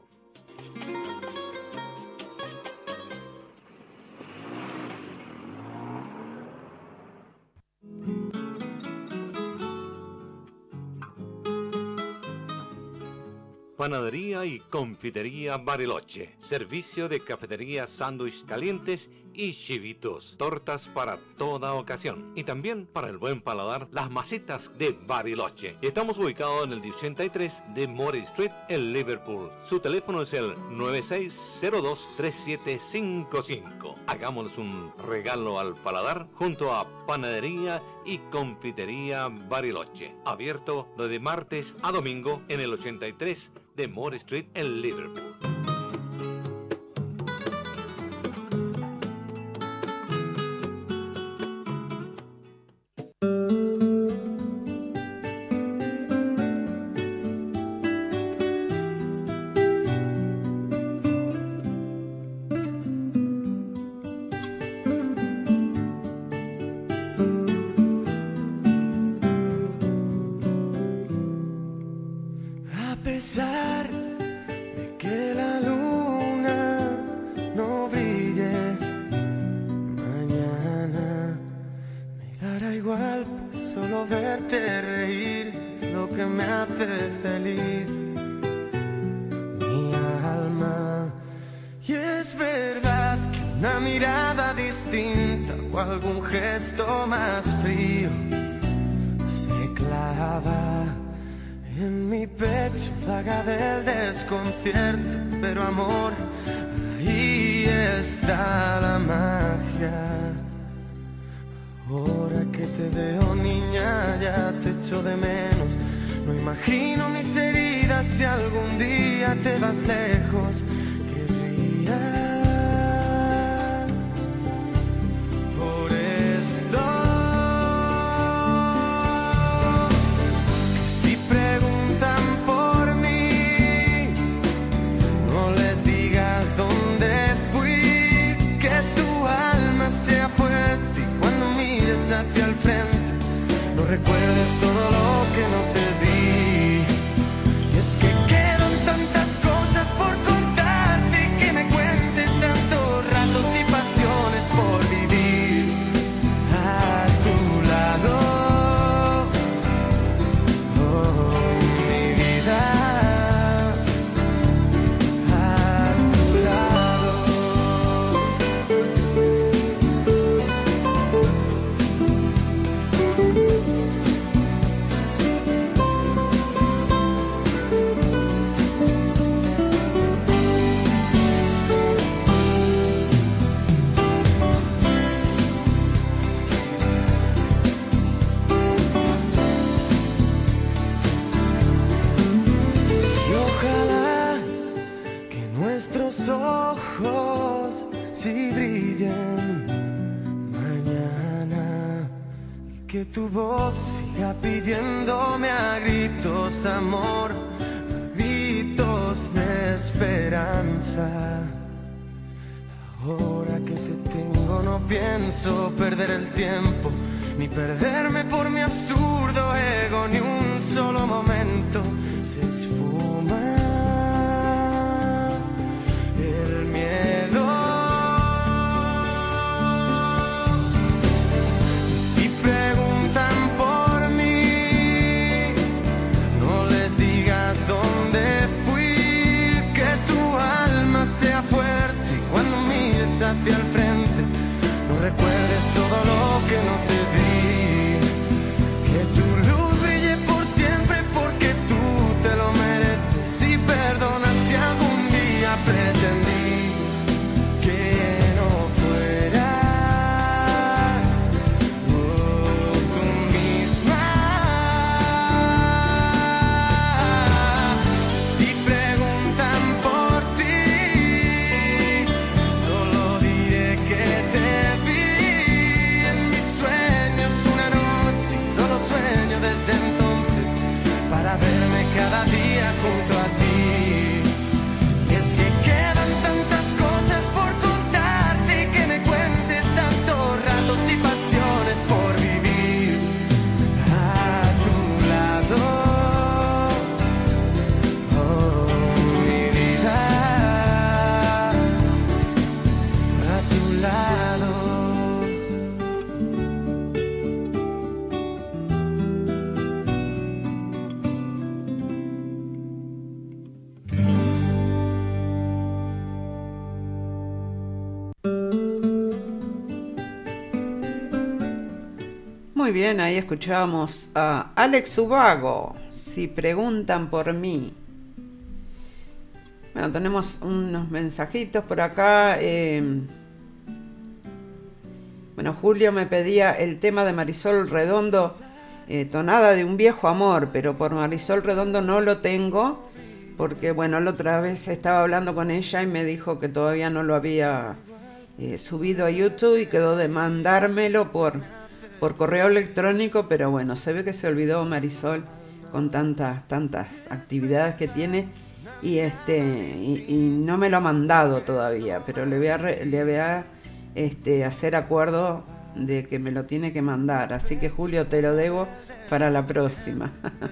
Panadería y confitería Bariloche. Servicio de cafetería, sándwich calientes y chivitos. Tortas para toda ocasión. Y también para el buen paladar, las masitas de Bariloche. Estamos ubicados en el 83 de Murray Street en Liverpool. Su teléfono es el 9602-3755. Hagámosles un regalo al paladar junto a Panadería y confitería Bariloche. Abierto de martes a domingo en el 83 de Murray Street en Liverpool. A pesar de que la luna no brille mañana, me dará igual, pues solo verte reír es lo que me hace feliz, mi alma. Y es verdad que una mirada distinta o algún gesto más frío se clava en mi pecho, vaga del desconcierto, pero amor, ahí está la magia. Ahora que te veo, niña, ya te echo de menos. No imagino mis heridas si algún día te vas lejos. Querría por esto tu voz siga pidiéndome a gritos amor, a gritos de esperanza. Ahora que te tengo no pienso perder el tiempo, ni perderme por mi absurdo ego, ni un solo momento. Se esfuma el miedo. Y si preguntan por mí, no les digas dónde fui, que tu alma sea fuerte y cuando mires hacia el frente no recuerdes todo lo que no te di, que tu luz brille por siempre porque tú te lo mereces, y perdona si algún día pretendí que no fueras tú misma. Si preguntan por ti, solo diré que te vi en mis sueños una noche y solo sueño desde entonces para verme cada día junto a ti. Y es que quedan tantas cosas por contarte, que me cuentes tantos ratos y pasiones por vivir a tu lado. Oh, mi vida, a tu lado. Muy bien, ahí escuchábamos a Alex Ubago, Si preguntan por mí. Bueno, tenemos unos mensajitos por acá. Bueno, Julio me pedía el tema de Marisol Redondo, Tonada de un viejo amor, pero por Marisol Redondo no lo tengo, porque bueno, la otra vez estaba hablando con ella y me dijo que todavía no lo había subido a YouTube y quedó de mandármelo por correo electrónico, pero bueno, se ve que se olvidó Marisol con tantas actividades que tiene y no me lo ha mandado todavía, pero le voy a hacer acuerdo de que me lo tiene que mandar, así que Julio, te lo debo para la próxima.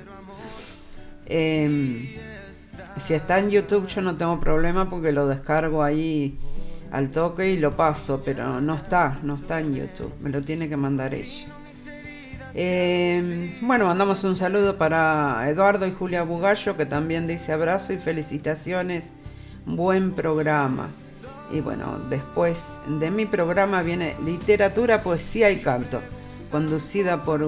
Si está en YouTube yo no tengo problema porque lo descargo ahí al toque y lo paso, pero no está en YouTube, me lo tiene que mandar ella. Bueno, mandamos un saludo para Eduardo y Julia Bugallo, que también dice abrazo y felicitaciones, buen programa. Y bueno, después de mi programa viene Literatura, Poesía y Canto, conducida por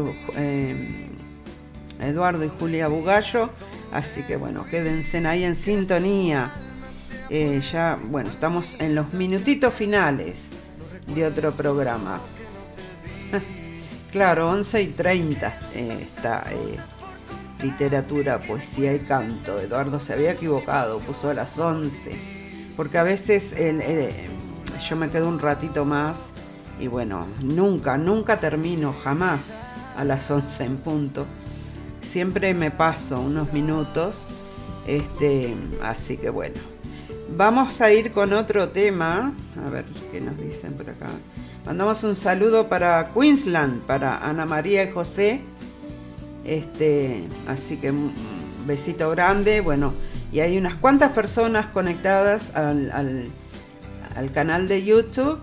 Eduardo y Julia Bugallo, así que bueno, quédense ahí en sintonía. Ya, bueno, estamos en los minutitos finales de otro programa. Claro, 11:30 está Literatura, Poesía y Canto. Eduardo se había equivocado, puso a las 11, porque a veces yo me quedo un ratito más y bueno, nunca termino, jamás a las 11 en punto. Siempre me paso unos minutos, así que bueno. Vamos a ir con otro tema. A ver qué nos dicen por acá. Mandamos un saludo para Queensland, para Ana María y José. Así que un besito grande. Bueno, y hay unas cuantas personas conectadas al canal de YouTube.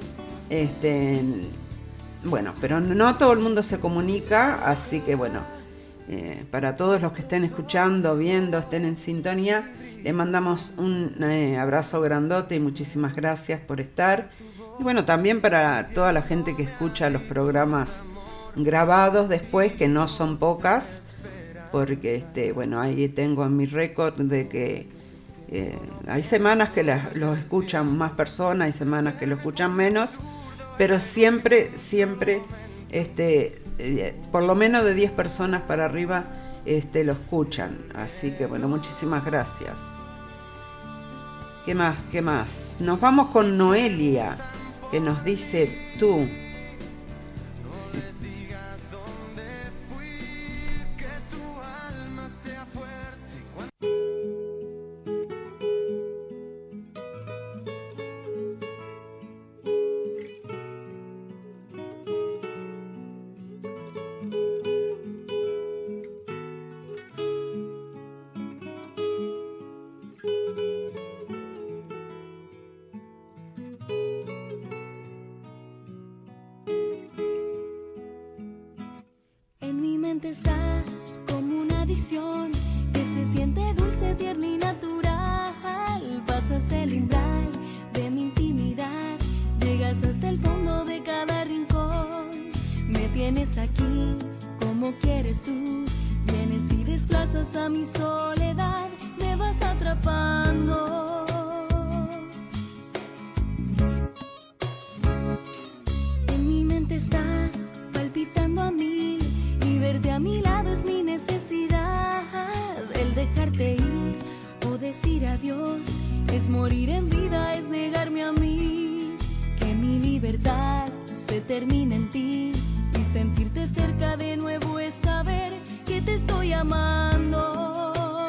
Bueno, pero no todo el mundo se comunica, así que bueno, para todos los que estén escuchando, viendo, estén en sintonía, le mandamos un abrazo grandote y muchísimas gracias por estar. Y bueno, también para toda la gente que escucha los programas grabados después, que no son pocas, porque bueno, ahí tengo en mi récord de que hay semanas que los escuchan más personas, hay semanas que lo escuchan menos, pero siempre por lo menos de 10 personas para arriba lo escuchan. Así que bueno, muchísimas gracias. ¿Qué más? Nos vamos con Noelia, que nos dice tú. estás como una adicción que se siente dulce, tierna y natural. Pasas el umbral de mi intimidad, llegas hasta el fondo de cada rincón. Me tienes aquí como quieres tú, vienes y desplazas a mi soledad, me vas atrapando. En mi mente estás palpitando a mil y verte a mi lado es mi necesidad. El dejarte ir o decir adiós es morir en vida, es negarme a mí. Que mi libertad se termina en ti y sentirte cerca de nuevo es saber que te estoy amando.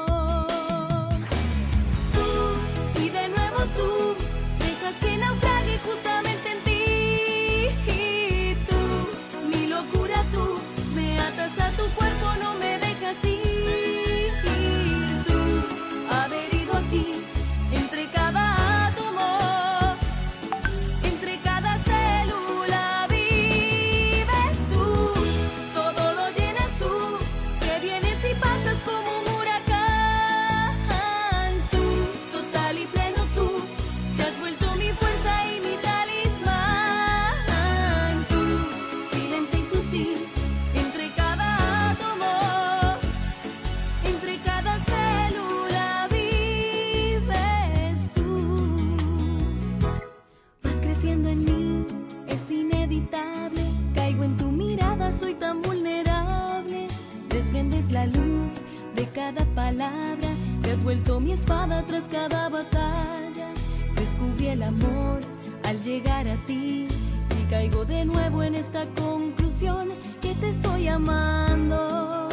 Tú y de nuevo tú dejas que naufrague justamente en ti. Y tú, mi locura tú, me atas a tu cuerpo, no me dejas ir. Y tú, adherido aquí, entre cada átomo, entre cada célula vives tú, todo lo llenas tú, que vienes y pasas como un huracán. Tú, total y pleno tú, te has vuelto mi fuerza y mi talismán. Tú, silente y sutil, entre cada átomo, entre cada célula vives tú. Vas creciendo en mí, es inevitable, caigo en tu mirada, soy tan vulnerable. Desprendes la luz de cada palabra, te has vuelto mi espada tras cada batalla. Descubrí el amor al llegar a ti y caigo de nuevo en esta conclusión que te estoy amando.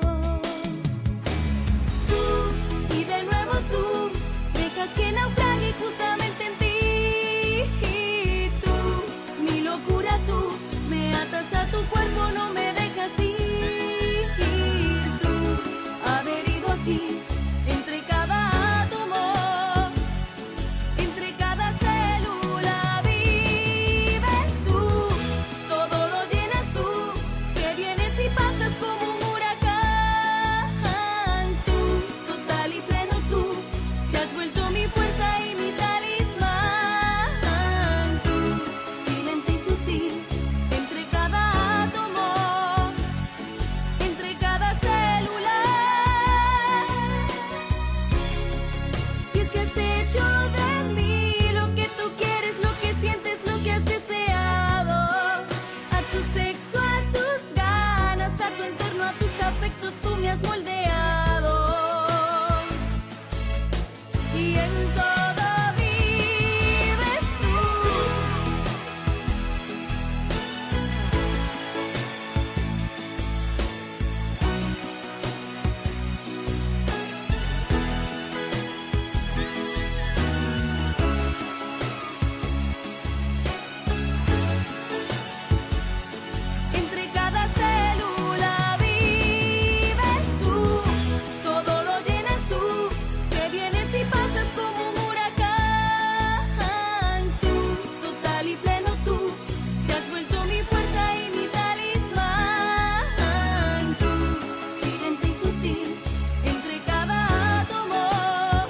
Tú y de nuevo tú dejas que naufrague justamente en ti. Y tú, mi locura tú, me atas a tu cuerpo, no me dejas ir. Y tú, adherido aquí, entre cada átomo, entre cada célula vives tú, todo lo llenas tú, que vienes y pasas como un huracán. Tú, total y pleno tú, te has vuelto mi fuerza y mi talismán. Tú, silente y sutil, entre cada átomo, entre cada célula. Y es que has hecho de mí lo que tú quieres, lo que sientes, lo que has deseado. A tu sexo, a tus ganas, a tu entorno, a tus afectos, tú me has moldeado. Y en todo vives tú. Entre cada célula vives tú, todo lo llenas tú, que vienes y pasas como un huracán. Tú, total y pleno tú, te has vuelto mi fuerza y mi talismán. Tú, silente y sutil, entre cada átomo,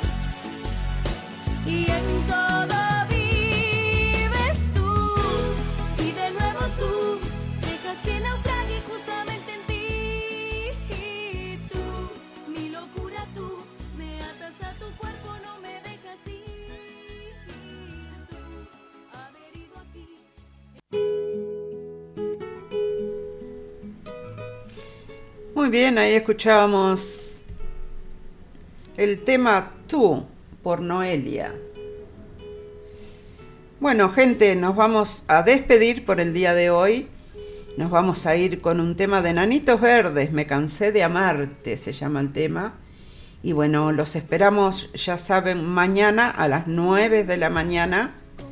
y en todo vives tú. Y de nuevo tú dejas que naufrague justamente en ti. Y tú, mi locura tú, me atas a tu cuerpo, no me dejas ir. Y tú, adherido aquí. Muy bien, ahí escuchábamos el tema Tú por Noelia. Bueno, gente, nos vamos a despedir por el día de hoy. Nos vamos a ir con un tema de Nanitos Verdes, Me cansé de amarte, se llama el tema. Y bueno, los esperamos, ya saben, mañana a las 9 de la mañana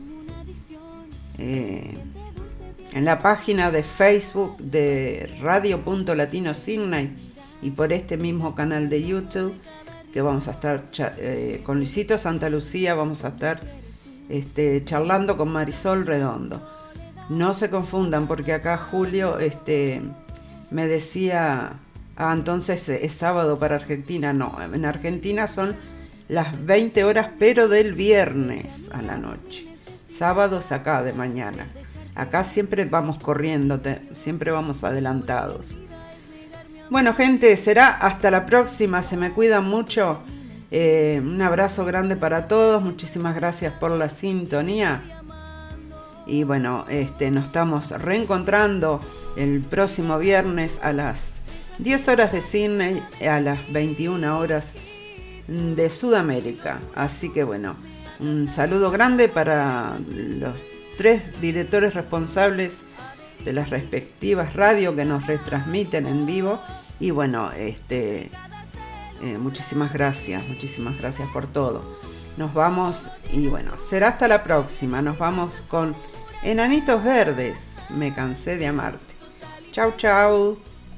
en la página de Facebook de Radio.Latino Sydney y por este mismo canal de YouTube, que vamos a estar con Luisito Santa Lucía, vamos a estar charlando con Marisol Redondo. No se confundan, porque acá Julio me decía Entonces es sábado para Argentina. No, en Argentina son las 20 horas, pero del viernes a la noche. Sábado es acá de mañana. Acá siempre vamos corriendo, siempre vamos adelantados. Bueno, gente, será hasta la próxima. Se me cuidan mucho. Un abrazo grande para todos. Muchísimas gracias por la sintonía. Y bueno, nos estamos reencontrando el próximo viernes a las 10 horas de Sydney, a las 21 horas de Sudamérica. Así que bueno, un saludo grande para los 3 directores responsables de las respectivas radios que nos retransmiten en vivo. Y bueno, muchísimas gracias por todo. Nos vamos y bueno, será hasta la próxima. Nos vamos con Enanitos Verdes, Me cansé de amarte. Chau, chau.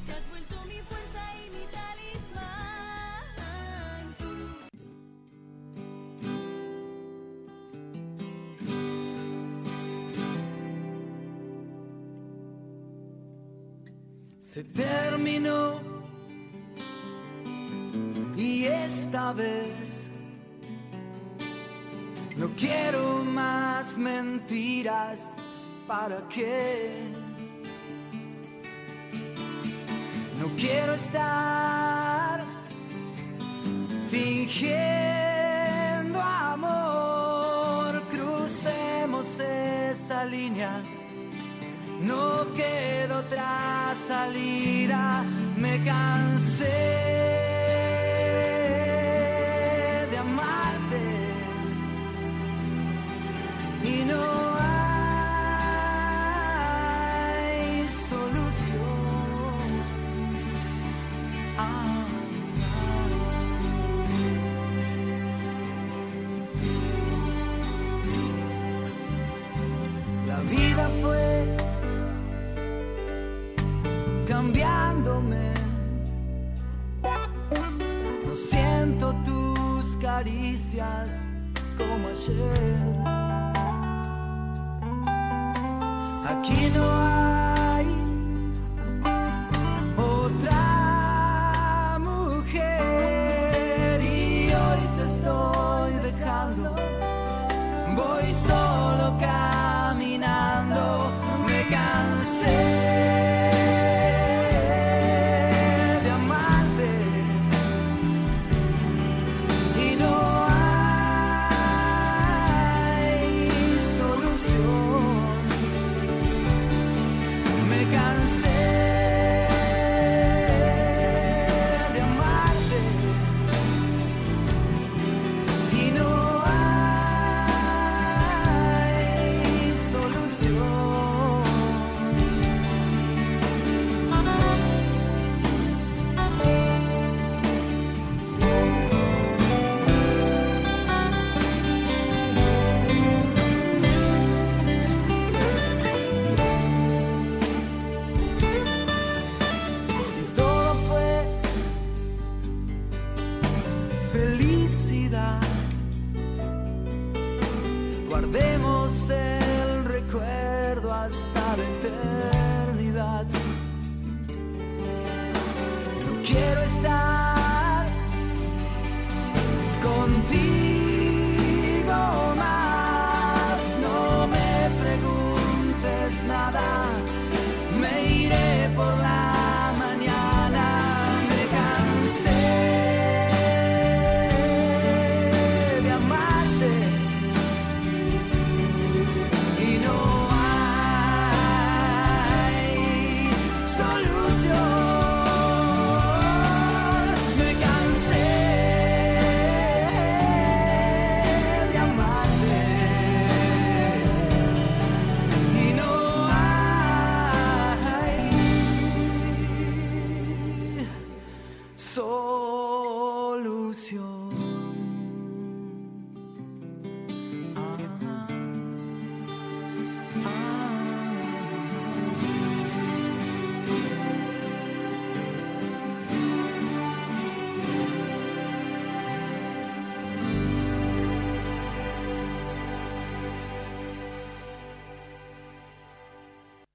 Se terminó y esta vez no quiero más mentiras. ¿Para qué? No quiero estar fingiendo amor. Crucemos esa línea. No queda otra salida, me cansé de amarte y no hay solución. La vida fue cambiándome, no siento tus caricias como ayer. Aquí no hay otra mujer y hoy te estoy dejando, voy solo caminando, me cansé. Guardemos el recuerdo hasta la eternidad. No quiero estar contigo más. No me preguntes nada, me iré por la mañana. Me cansé de amarte y no hay solución. Me cansé de amarte y no hay solución.